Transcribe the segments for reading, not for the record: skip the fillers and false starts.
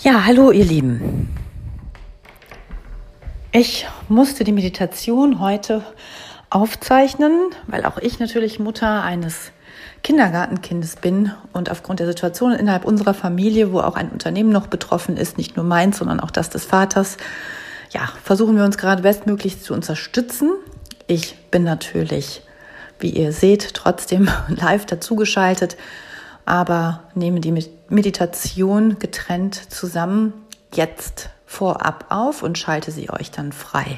Ja, hallo ihr Lieben. Ich musste die Meditation heute aufzeichnen, weil auch ich natürlich Mutter eines Kindergartenkindes bin und aufgrund der Situation innerhalb unserer Familie, wo auch ein Unternehmen noch betroffen ist, nicht nur meins, sondern auch das des Vaters, versuchen wir uns gerade bestmöglich zu unterstützen. Ich bin natürlich, wie ihr seht, trotzdem live dazugeschaltet, aber nehme die Meditation getrennt zusammen jetzt vorab auf und schalte sie euch dann frei.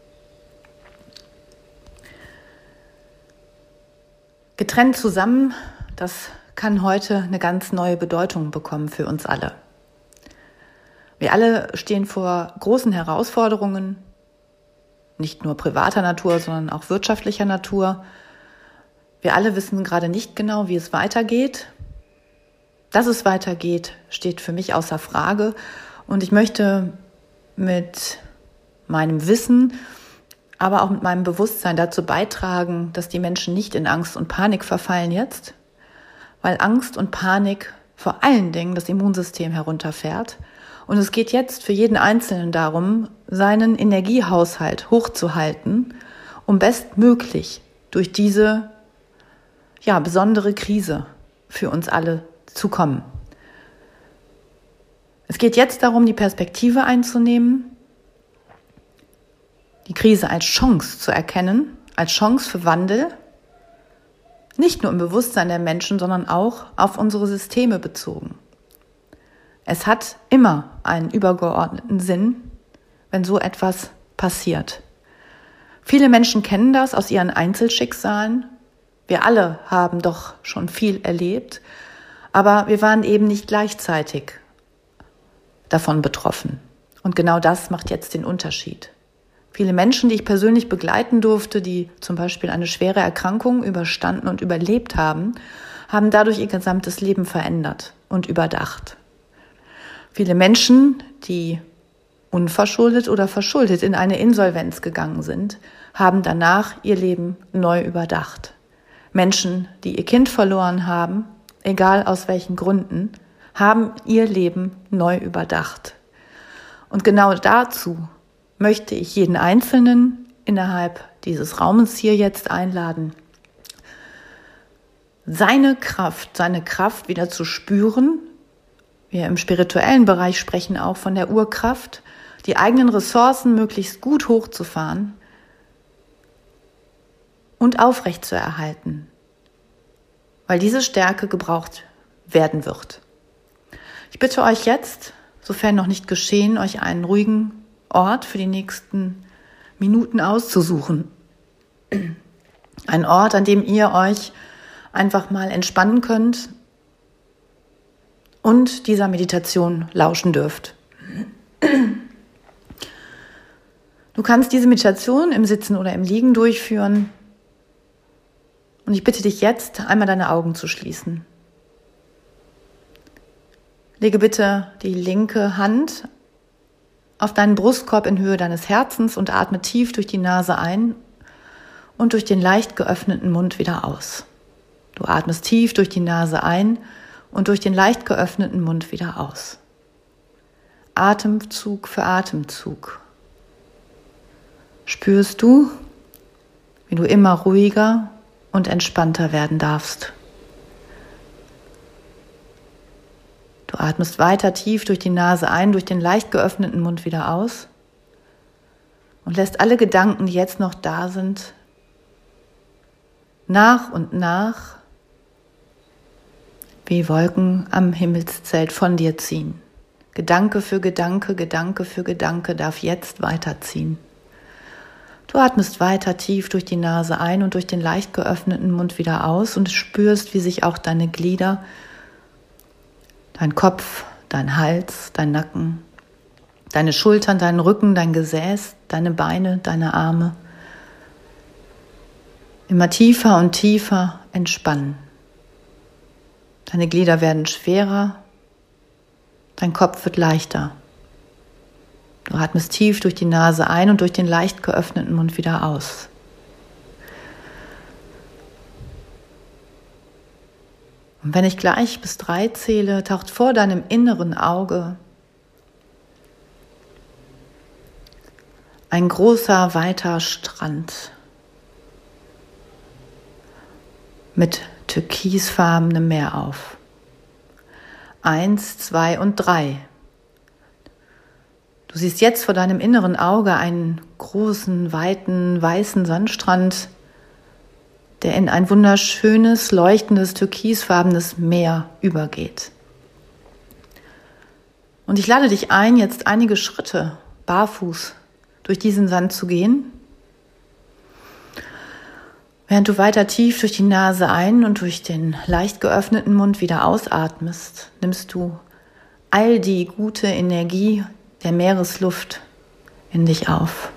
Getrennt zusammen, das kann heute eine ganz neue Bedeutung bekommen für uns alle. Wir alle stehen vor großen Herausforderungen, nicht nur privater Natur, sondern auch wirtschaftlicher Natur. Wir alle wissen gerade nicht genau, wie es weitergeht. Dass es weitergeht, steht für mich außer Frage. Und ich möchte mit meinem Wissen, aber auch mit meinem Bewusstsein dazu beitragen, dass die Menschen nicht in Angst und Panik verfallen jetzt, weil Angst und Panik vor allen Dingen das Immunsystem herunterfährt. Und es geht jetzt für jeden Einzelnen darum, seinen Energiehaushalt hochzuhalten, um bestmöglich durch diese besondere Krise für uns alle zu kommen. Es geht jetzt darum, die Perspektive einzunehmen, die Krise als Chance zu erkennen, als Chance für Wandel, nicht nur im Bewusstsein der Menschen, sondern auch auf unsere Systeme bezogen. Es hat immer einen übergeordneten Sinn, wenn so etwas passiert. Viele Menschen kennen das aus ihren Einzelschicksalen. Wir alle haben doch schon viel erlebt, aber wir waren eben nicht gleichzeitig davon betroffen. Und genau das macht jetzt den Unterschied. Viele Menschen, die ich persönlich begleiten durfte, die zum Beispiel eine schwere Erkrankung überstanden und überlebt haben, haben dadurch ihr gesamtes Leben verändert und überdacht. Viele Menschen, die unverschuldet oder verschuldet in eine Insolvenz gegangen sind, haben danach ihr Leben neu überdacht. Menschen, die ihr Kind verloren haben, egal aus welchen Gründen, haben ihr Leben neu überdacht. Und genau dazu möchte ich jeden Einzelnen innerhalb dieses Raumes hier jetzt einladen, seine Kraft wieder zu spüren. Wir im spirituellen Bereich sprechen auch von der Urkraft, die eigenen Ressourcen möglichst gut hochzufahren und aufrechtzuerhalten, weil diese Stärke gebraucht werden wird. Ich bitte euch jetzt, sofern noch nicht geschehen, euch einen ruhigen Ort für die nächsten Minuten auszusuchen. Ein Ort, an dem ihr euch einfach mal entspannen könnt und dieser Meditation lauschen dürft. Du kannst diese Meditation im Sitzen oder im Liegen durchführen. Und ich bitte dich jetzt, einmal deine Augen zu schließen. Lege bitte die linke Hand auf deinen Brustkorb in Höhe deines Herzens und atme tief durch die Nase ein und durch den leicht geöffneten Mund wieder aus. Du atmest tief durch die Nase ein und durch den leicht geöffneten Mund wieder aus. Atemzug für Atemzug. Spürst du, wie du immer ruhiger und entspannter werden darfst. Du atmest weiter tief durch die Nase ein, durch den leicht geöffneten Mund wieder aus und lässt alle Gedanken, die jetzt noch da sind, nach und nach wie Wolken am Himmelszelt von dir ziehen. Gedanke für Gedanke, Gedanke für Gedanke darf jetzt weiterziehen. Du atmest weiter tief durch die Nase ein und durch den leicht geöffneten Mund wieder aus und spürst, wie sich auch deine Glieder, dein Kopf, dein Hals, dein Nacken, deine Schultern, dein Rücken, dein Gesäß, deine Beine, deine Arme immer tiefer und tiefer entspannen. Deine Glieder werden schwerer, dein Kopf wird leichter. Du atmest tief durch die Nase ein und durch den leicht geöffneten Mund wieder aus. Und wenn ich gleich bis 3 zähle, taucht vor deinem inneren Auge ein großer, weiter Strand mit türkisfarbenem Meer auf. 1, 2 und 3. Du siehst jetzt vor deinem inneren Auge einen großen, weiten, weißen Sandstrand, der in ein wunderschönes, leuchtendes, türkisfarbenes Meer übergeht. Und ich lade dich ein, jetzt einige Schritte barfuß durch diesen Sand zu gehen, während du weiter tief durch die Nase ein und durch den leicht geöffneten Mund wieder ausatmest, nimmst du all die gute Energie der Meeresluft in dich auf.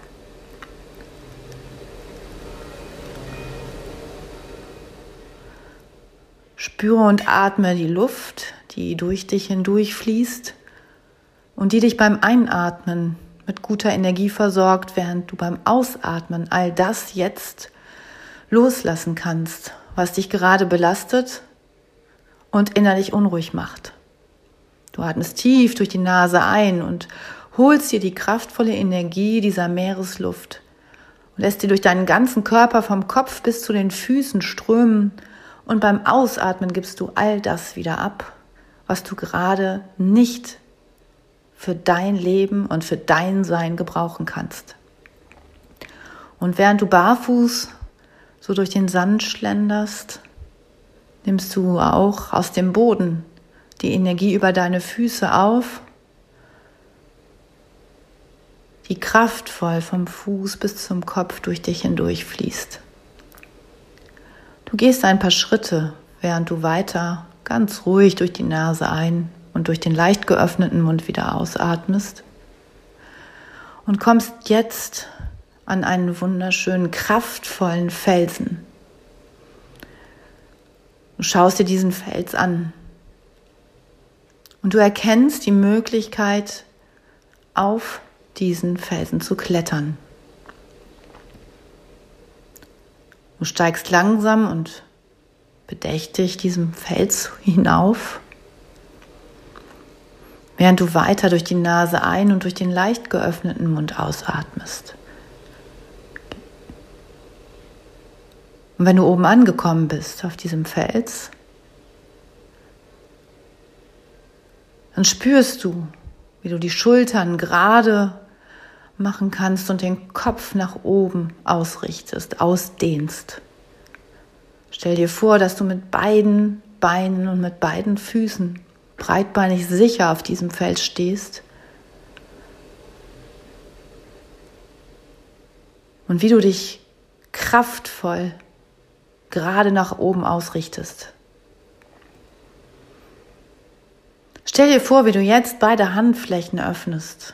Spüre und atme die Luft, die durch dich hindurch fließt und die dich beim Einatmen mit guter Energie versorgt, während du beim Ausatmen all das jetzt loslassen kannst, was dich gerade belastet und innerlich unruhig macht. Du atmest tief durch die Nase ein und holst dir die kraftvolle Energie dieser Meeresluft und lässt sie durch deinen ganzen Körper vom Kopf bis zu den Füßen strömen und beim Ausatmen gibst du all das wieder ab, was du gerade nicht für dein Leben und für dein Sein gebrauchen kannst. Und während du barfuß so durch den Sand schlenderst, nimmst du auch aus dem Boden die Energie über deine Füße auf, die kraftvoll vom Fuß bis zum Kopf durch dich hindurch fließt. Du gehst ein paar Schritte, während du weiter ganz ruhig durch die Nase ein und durch den leicht geöffneten Mund wieder ausatmest und kommst jetzt an einen wunderschönen, kraftvollen Felsen. Du schaust dir diesen Fels an und du erkennst die Möglichkeit, auf diesen Felsen zu klettern. Du steigst langsam und bedächtig diesem Fels hinauf, während du weiter durch die Nase ein und durch den leicht geöffneten Mund ausatmest. Und wenn du oben angekommen bist auf diesem Fels, dann spürst du, wie du die Schultern gerade machen kannst und den Kopf nach oben ausrichtest, ausdehnst. Stell dir vor, dass du mit beiden Beinen und mit beiden Füßen breitbeinig sicher auf diesem Fels stehst und wie du dich kraftvoll gerade nach oben ausrichtest. Stell dir vor, wie du jetzt beide Handflächen öffnest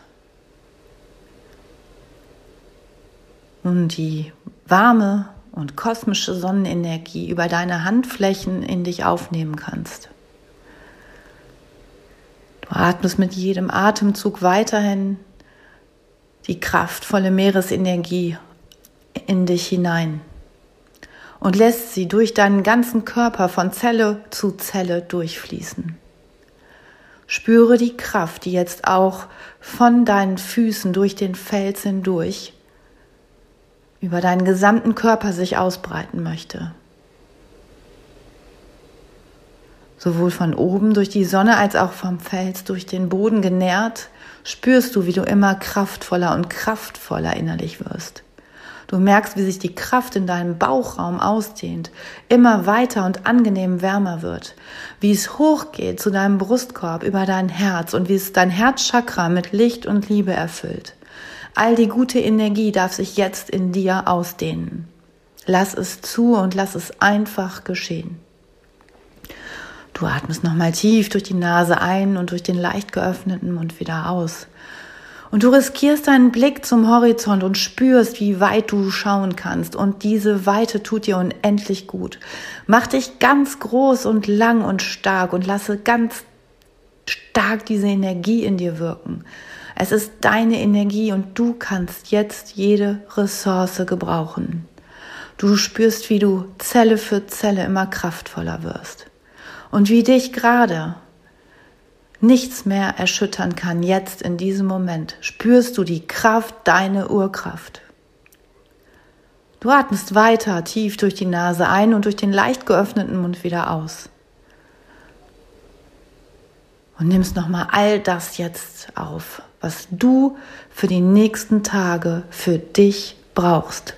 und die warme und kosmische Sonnenenergie über deine Handflächen in dich aufnehmen kannst. Du atmest mit jedem Atemzug weiterhin die kraftvolle Meeresenergie in dich hinein und lässt sie durch deinen ganzen Körper von Zelle zu Zelle durchfließen. Spüre die Kraft, die jetzt auch von deinen Füßen durch den Fels hindurch über deinen gesamten Körper sich ausbreiten möchte. Sowohl von oben durch die Sonne als auch vom Fels durch den Boden genährt, spürst du, wie du immer kraftvoller und kraftvoller innerlich wirst. Du merkst, wie sich die Kraft in deinem Bauchraum ausdehnt, immer weiter und angenehm wärmer wird, wie es hochgeht zu deinem Brustkorb über dein Herz und wie es dein Herzchakra mit Licht und Liebe erfüllt. All die gute Energie darf sich jetzt in dir ausdehnen. Lass es zu und lass es einfach geschehen. Du atmest nochmal tief durch die Nase ein und durch den leicht geöffneten Mund wieder aus. Und du riskierst deinen Blick zum Horizont und spürst, wie weit du schauen kannst. Und diese Weite tut dir unendlich gut. Mach dich ganz groß und lang und stark und lasse ganz stark diese Energie in dir wirken. Es ist deine Energie und du kannst jetzt jede Ressource gebrauchen. Du spürst, wie du Zelle für Zelle immer kraftvoller wirst. Und wie dich gerade nichts mehr erschüttern kann, jetzt in diesem Moment, spürst du die Kraft, deine Urkraft. Du atmest weiter tief durch die Nase ein und durch den leicht geöffneten Mund wieder aus. Und nimmst nochmal all das jetzt auf, was du für die nächsten Tage für dich brauchst.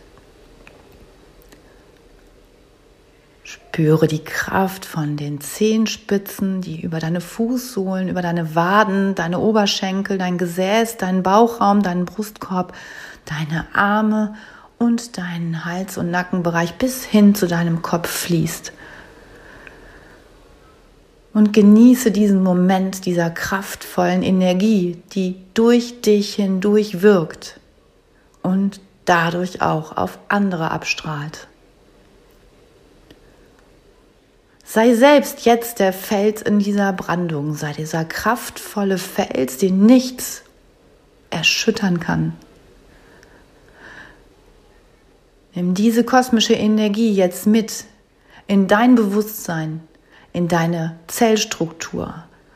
Spüre die Kraft von den Zehenspitzen, die über deine Fußsohlen, über deine Waden, deine Oberschenkel, dein Gesäß, deinen Bauchraum, deinen Brustkorb, deine Arme und deinen Hals- und Nackenbereich bis hin zu deinem Kopf fließt. Und genieße diesen Moment dieser kraftvollen Energie, die durch dich hindurch wirkt und dadurch auch auf andere abstrahlt. Sei selbst jetzt der Fels in dieser Brandung, sei dieser kraftvolle Fels, den nichts erschüttern kann. Nimm diese kosmische Energie jetzt mit in dein Bewusstsein, in deine Zellstruktur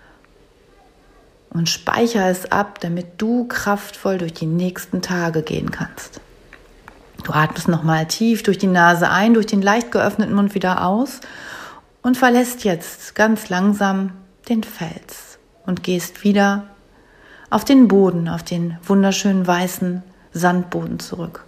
und speichere es ab, damit du kraftvoll durch die nächsten Tage gehen kannst. Du atmest nochmal tief durch die Nase ein, durch den leicht geöffneten Mund wieder aus und verlässt jetzt ganz langsam den Fels und gehst wieder auf den Boden, auf den wunderschönen weißen Sandboden zurück.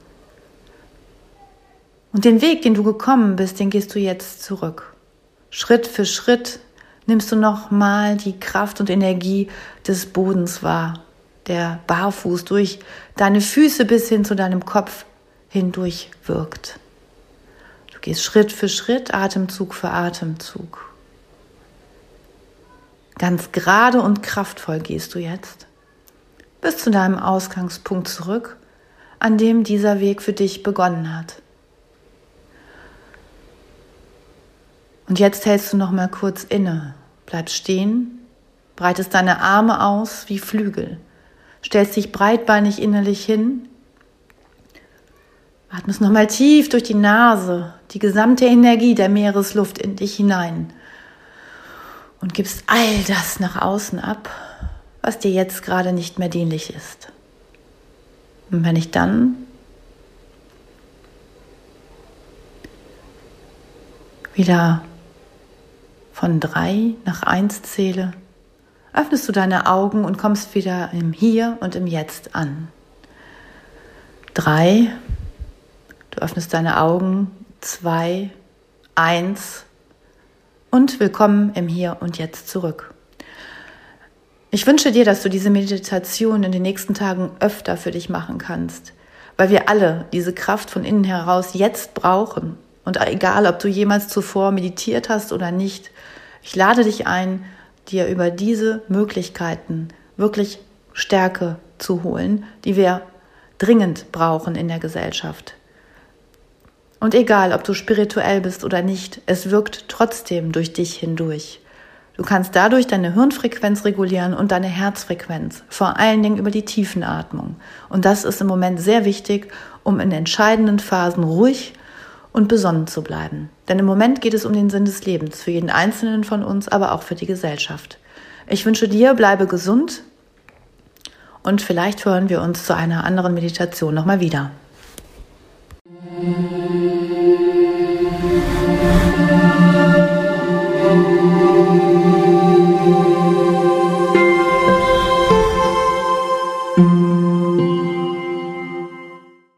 Und den Weg, den du gekommen bist, den gehst du jetzt zurück. Schritt für Schritt nimmst du nochmal die Kraft und Energie des Bodens wahr, der barfuß durch deine Füße bis hin zu deinem Kopf hindurch wirkt. Du gehst Schritt für Schritt, Atemzug für Atemzug. Ganz gerade und kraftvoll gehst du jetzt bis zu deinem Ausgangspunkt zurück, an dem dieser Weg für dich begonnen hat. Und jetzt hältst du noch mal kurz inne, bleibst stehen, breitest deine Arme aus wie Flügel, stellst dich breitbeinig innerlich hin, atmest noch mal tief durch die Nase die gesamte Energie der Meeresluft in dich hinein und gibst all das nach außen ab, was dir jetzt gerade nicht mehr dienlich ist. Und wenn ich dann wieder von 3 nach 1 zähle, öffnest du deine Augen und kommst wieder im Hier und im Jetzt an. 3, du öffnest deine Augen, 2, 1 und willkommen im Hier und Jetzt zurück. Ich wünsche dir, dass du diese Meditation in den nächsten Tagen öfter für dich machen kannst, weil wir alle diese Kraft von innen heraus jetzt brauchen. Und egal, ob du jemals zuvor meditiert hast oder nicht, ich lade dich ein, dir über diese Möglichkeiten wirklich Stärke zu holen, die wir dringend brauchen in der Gesellschaft. Und egal, ob du spirituell bist oder nicht, es wirkt trotzdem durch dich hindurch. Du kannst dadurch deine Hirnfrequenz regulieren und deine Herzfrequenz, vor allen Dingen über die Tiefenatmung. Und das ist im Moment sehr wichtig, um in entscheidenden Phasen ruhig und besonnen zu bleiben. Denn im Moment geht es um den Sinn des Lebens, für jeden Einzelnen von uns, aber auch für die Gesellschaft. Ich wünsche dir, bleibe gesund und vielleicht hören wir uns zu einer anderen Meditation nochmal wieder.